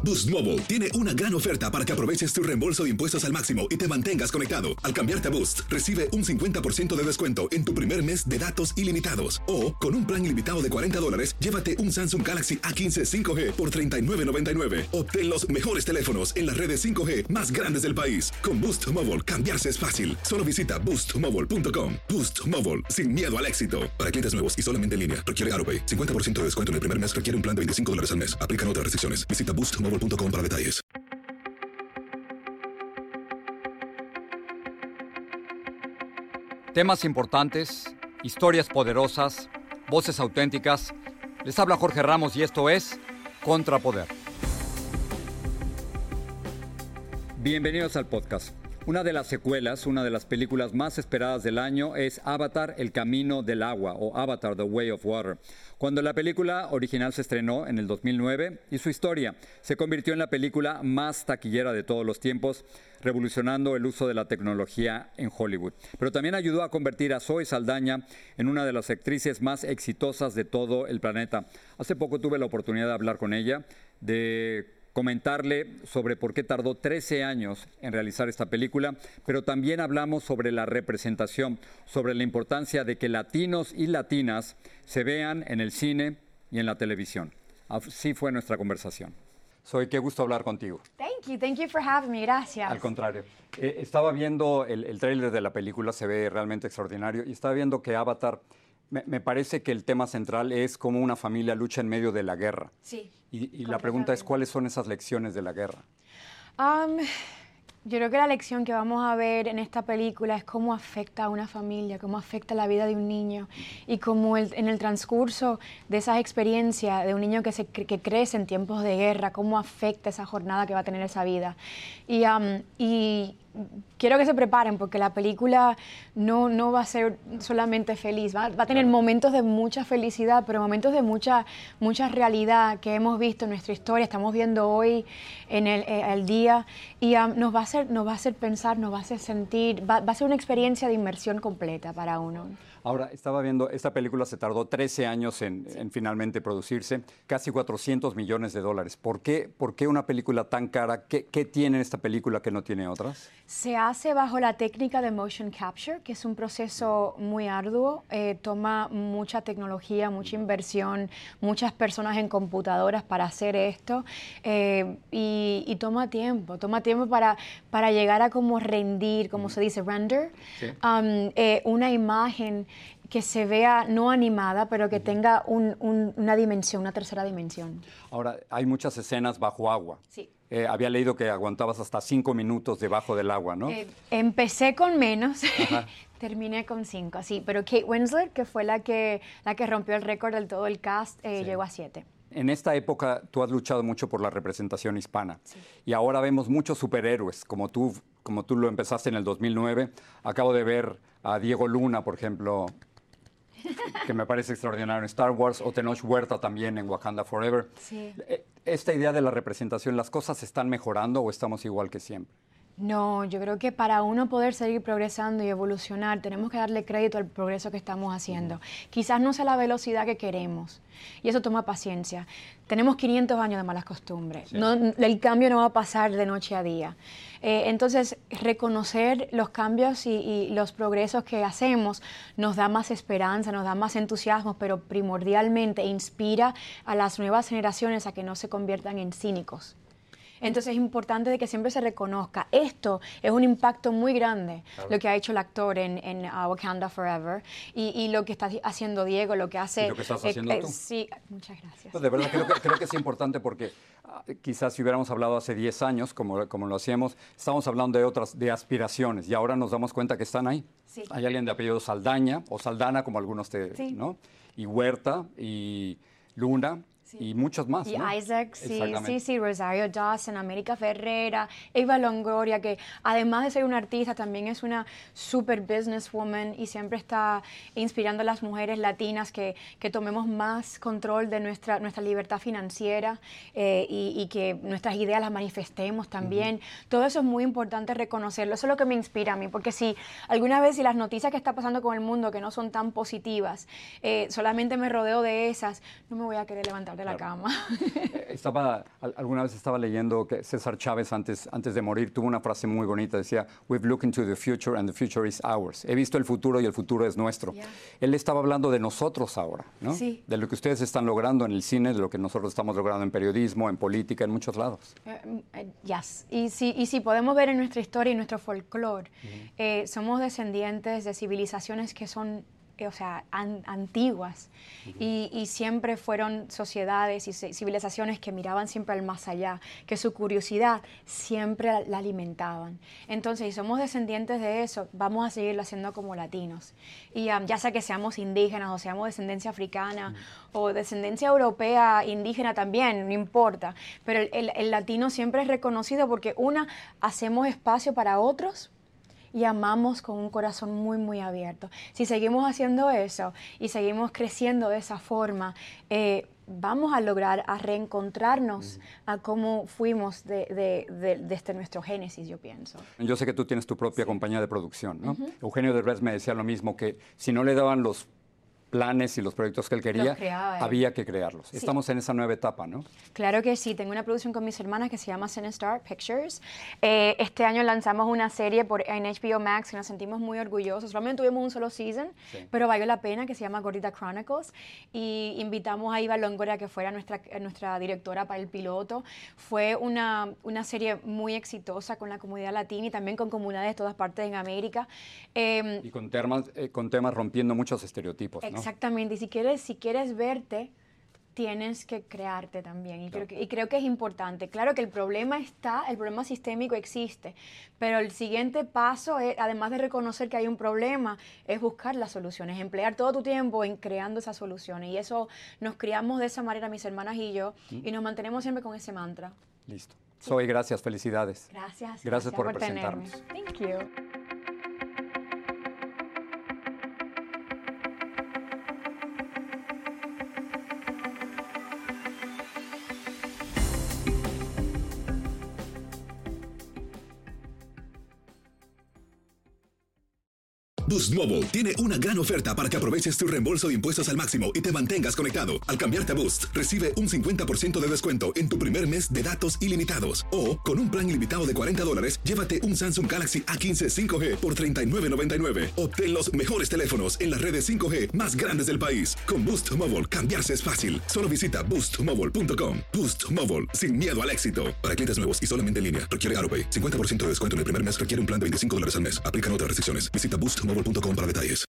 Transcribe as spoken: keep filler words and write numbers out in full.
Boost Mobile tiene una gran oferta para que aproveches tu reembolso de impuestos al máximo y te mantengas conectado. Al cambiarte a Boost, recibe un cincuenta por ciento de descuento en tu primer mes de datos ilimitados. O, con un plan ilimitado de cuarenta dólares, llévate un Samsung Galaxy A quince cinco G por treinta y nueve noventa y nueve. Obtén los mejores teléfonos en las redes cinco G más grandes del país. Con Boost Mobile, cambiarse es fácil. Solo visita boost mobile punto com. Boost Mobile, sin miedo al éxito. Para clientes nuevos y solamente en línea, requiere AutoPay. cincuenta por ciento de descuento en el primer mes requiere un plan de veinticinco dólares al mes. Aplican otras restricciones. Visita boost mobile punto com para detalles. Temas importantes, historias poderosas, voces auténticas. Les habla Jorge Ramos y esto es Contrapoder. Bienvenidos al podcast. Una de las secuelas, una de las películas más esperadas del año es Avatar, El Camino del Agua o Avatar, The Way of Water. Cuando la película original se estrenó en el dos mil nueve y su historia se convirtió en la película más taquillera de todos los tiempos, revolucionando el uso de la tecnología en Hollywood. Pero también ayudó a convertir a Zoe Saldaña en una de las actrices más exitosas de todo el planeta. Hace poco tuve la oportunidad de hablar con ella, de comentarle sobre por qué tardó trece años en realizar esta película, pero también hablamos sobre la representación, sobre la importancia de que latinos y latinas se vean en el cine y en la televisión. Así fue nuestra conversación. Zoe, qué gusto hablar contigo. Thank you, thank you for having me, gracias. Al contrario. Eh, estaba viendo el, el tráiler de la película, se ve realmente extraordinario, y estaba viendo que Avatar, me, me parece que el tema central es cómo una familia lucha en medio de la guerra. Sí. Y, y la pregunta es, ¿cuáles son esas lecciones de la guerra? Um, yo creo que la lección que vamos a ver en esta película es cómo afecta a una familia, cómo afecta la vida de un niño y cómo el, en el transcurso de esas experiencias de un niño que, se, que crece en tiempos de guerra, cómo afecta esa jornada que va a tener esa vida. Y, um, y quiero que se preparen porque la película no, no va a ser solamente feliz, va, va a tener momentos de mucha felicidad, pero momentos de mucha, mucha realidad que hemos visto en nuestra historia, estamos viendo hoy en el, el día, y um, nos, va a hacer, nos va a hacer pensar, nos va a hacer sentir, va, va a ser una experiencia de inmersión completa para uno. Ahora, estaba viendo, esta película se tardó trece años en, sí. en finalmente producirse, casi cuatrocientos millones de dólares. ¿Por qué, por qué una película tan cara? ¿Qué, qué tiene esta película que no tiene otras? Se hace bajo la técnica de motion capture, que es un proceso muy arduo, eh, toma mucha tecnología, mucha inversión, muchas personas en computadoras para hacer esto, eh, y, y toma tiempo, toma tiempo para, para llegar a como rendir, como mm. se dice, render, sí. um, eh, una imagen que se vea no animada, pero que tenga un, un, una dimensión, una tercera dimensión. Ahora, hay muchas escenas bajo agua. Sí. Eh, había leído que aguantabas hasta cinco minutos debajo del agua, ¿no? Eh, empecé con menos, terminé con cinco, sí. Pero Kate Winslet, que fue la que, la que rompió el récord del todo el cast, eh, sí. llegó a siete. En esta época tú has luchado mucho por la representación hispana. Sí. Y ahora vemos muchos superhéroes, como tú, como tú lo empezaste en el dos mil nueve. Acabo de ver a Diego Luna, por ejemplo, que me parece extraordinario en Star Wars, o Tenoch Huerta también en Wakanda Forever. Sí. Esta idea de la representación, ¿las cosas están mejorando o estamos igual que siempre? No, yo creo que para uno poder seguir progresando y evolucionar, tenemos que darle crédito al progreso que estamos haciendo. Uh-huh. Quizás no sea la velocidad que queremos, y eso toma paciencia. Tenemos quinientos años de malas costumbres. Sí. No, el cambio no va a pasar de noche a día. Eh, entonces, reconocer los cambios y, y los progresos que hacemos nos da más esperanza, nos da más entusiasmo, pero primordialmente inspira a las nuevas generaciones a que no se conviertan en cínicos. Entonces es importante de que siempre se reconozca. Esto es un impacto muy grande, claro. lo que ha hecho el actor en, en uh, Wakanda Forever, y, y lo que está haciendo Diego, lo que hace... ¿Y lo que estás haciendo eh, tú? Eh, sí, muchas gracias. Pues de verdad creo que, creo que es importante porque uh, quizás si hubiéramos hablado hace diez años, como, como lo hacíamos, estábamos hablando de otras, de aspiraciones, y ahora nos damos cuenta que están ahí. Sí. Hay alguien de apellido Saldaña, o Saldana, como algunos te... Sí. ¿no? Y Huerta, y Luna... Sí. Y muchos más, y ¿no? Isaac, sí, sí, sí, Rosario Dawson, América Ferrera, Eva Longoria, que además de ser una artista, también es una super businesswoman y siempre está inspirando a las mujeres latinas que, que tomemos más control de nuestra, nuestra libertad financiera eh, y, y que nuestras ideas las manifestemos también. Uh-huh. Todo eso es muy importante reconocerlo. Eso es lo que me inspira a mí, porque si alguna vez, si las noticias que está pasando con el mundo que no son tan positivas, eh, solamente me rodeo de esas, no me voy a querer levantar de la Claro. cama. Estaba, al- alguna vez estaba leyendo que César Chávez antes, antes de morir tuvo una frase muy bonita, decía, "We've looked into the future and the future is ours." He visto el futuro y el futuro es nuestro. Yeah. Él estaba hablando de nosotros ahora, ¿no? Sí. De lo que ustedes están logrando en el cine, de lo que nosotros estamos logrando en periodismo, en política, en muchos lados. Eh, eh, yes. Y si, y si podemos ver en nuestra historia y nuestro folclore, eh, somos descendientes de civilizaciones que son, eh, o sea, an- antiguas. y, y siempre fueron sociedades y ci- civilizaciones que miraban siempre al más allá, que su curiosidad siempre la, la alimentaban. Entonces, si somos descendientes de eso, vamos a seguirlo haciendo como latinos. Y um, ya sea que seamos indígenas o seamos descendencia africana o descendencia europea, indígena también, no importa. Pero el, el- el latino siempre es reconocido porque, una, hacemos espacio para otros y amamos con un corazón muy, muy abierto. Si seguimos haciendo eso y seguimos creciendo de esa forma, eh, vamos a lograr a reencontrarnos a cómo fuimos de, de- de- desde nuestro génesis, yo pienso. Yo sé que tú tienes tu propia compañía de producción, ¿no? Eugenio Derbez me decía lo mismo, que si no le daban los planes y los proyectos que él quería, creaba él. había que crearlos. Estamos en esa nueva etapa, ¿no? Claro que sí, tengo una producción con mis hermanas que se llama CineStar Pictures. Eh, este año lanzamos una serie por, en H B O Max que nos sentimos muy orgullosos. Solamente tuvimos un solo season, Sí. pero valió la pena, que se llama Gordita Chronicles. Y invitamos a Iva Longoria, que fuera nuestra, nuestra directora para el piloto. Fue una, una serie muy exitosa con la comunidad latina y también con comunidades de todas partes en América. Eh, Y con temas, eh, con temas rompiendo muchos estereotipos, ¿no? Exactamente, y si quieres, si quieres verte, tienes que crearte también. Y, Claro. creo que, y creo que es importante. Claro que el problema está, el problema sistémico existe, pero el siguiente paso, es, además de reconocer que hay un problema, es buscar las soluciones, emplear todo tu tiempo en creando esas soluciones. Y eso nos criamos de esa manera, mis hermanas y yo, y nos mantenemos siempre con ese mantra. Listo. Zoe, gracias, felicidades. Gracias. Gracias por tenerme. representarnos. Thank you. Boost Mobile tiene una gran oferta para que aproveches tu reembolso de impuestos al máximo y te mantengas conectado. Al cambiarte a Boost, recibe un cincuenta por ciento de descuento en tu primer mes de datos ilimitados. O, con un plan ilimitado de cuarenta dólares, llévate un Samsung Galaxy A quince cinco G por treinta y nueve noventa y nueve. Obtén los mejores teléfonos en las redes cinco G más grandes del país. Con Boost Mobile, cambiarse es fácil. Solo visita boost mobile punto com. Boost Mobile, sin miedo al éxito. Para clientes nuevos y solamente en línea, requiere AutoPay. cincuenta por ciento de descuento en el primer mes requiere un plan de veinticinco dólares al mes. Aplican otras restricciones. Visita boost mobile punto com para detalles.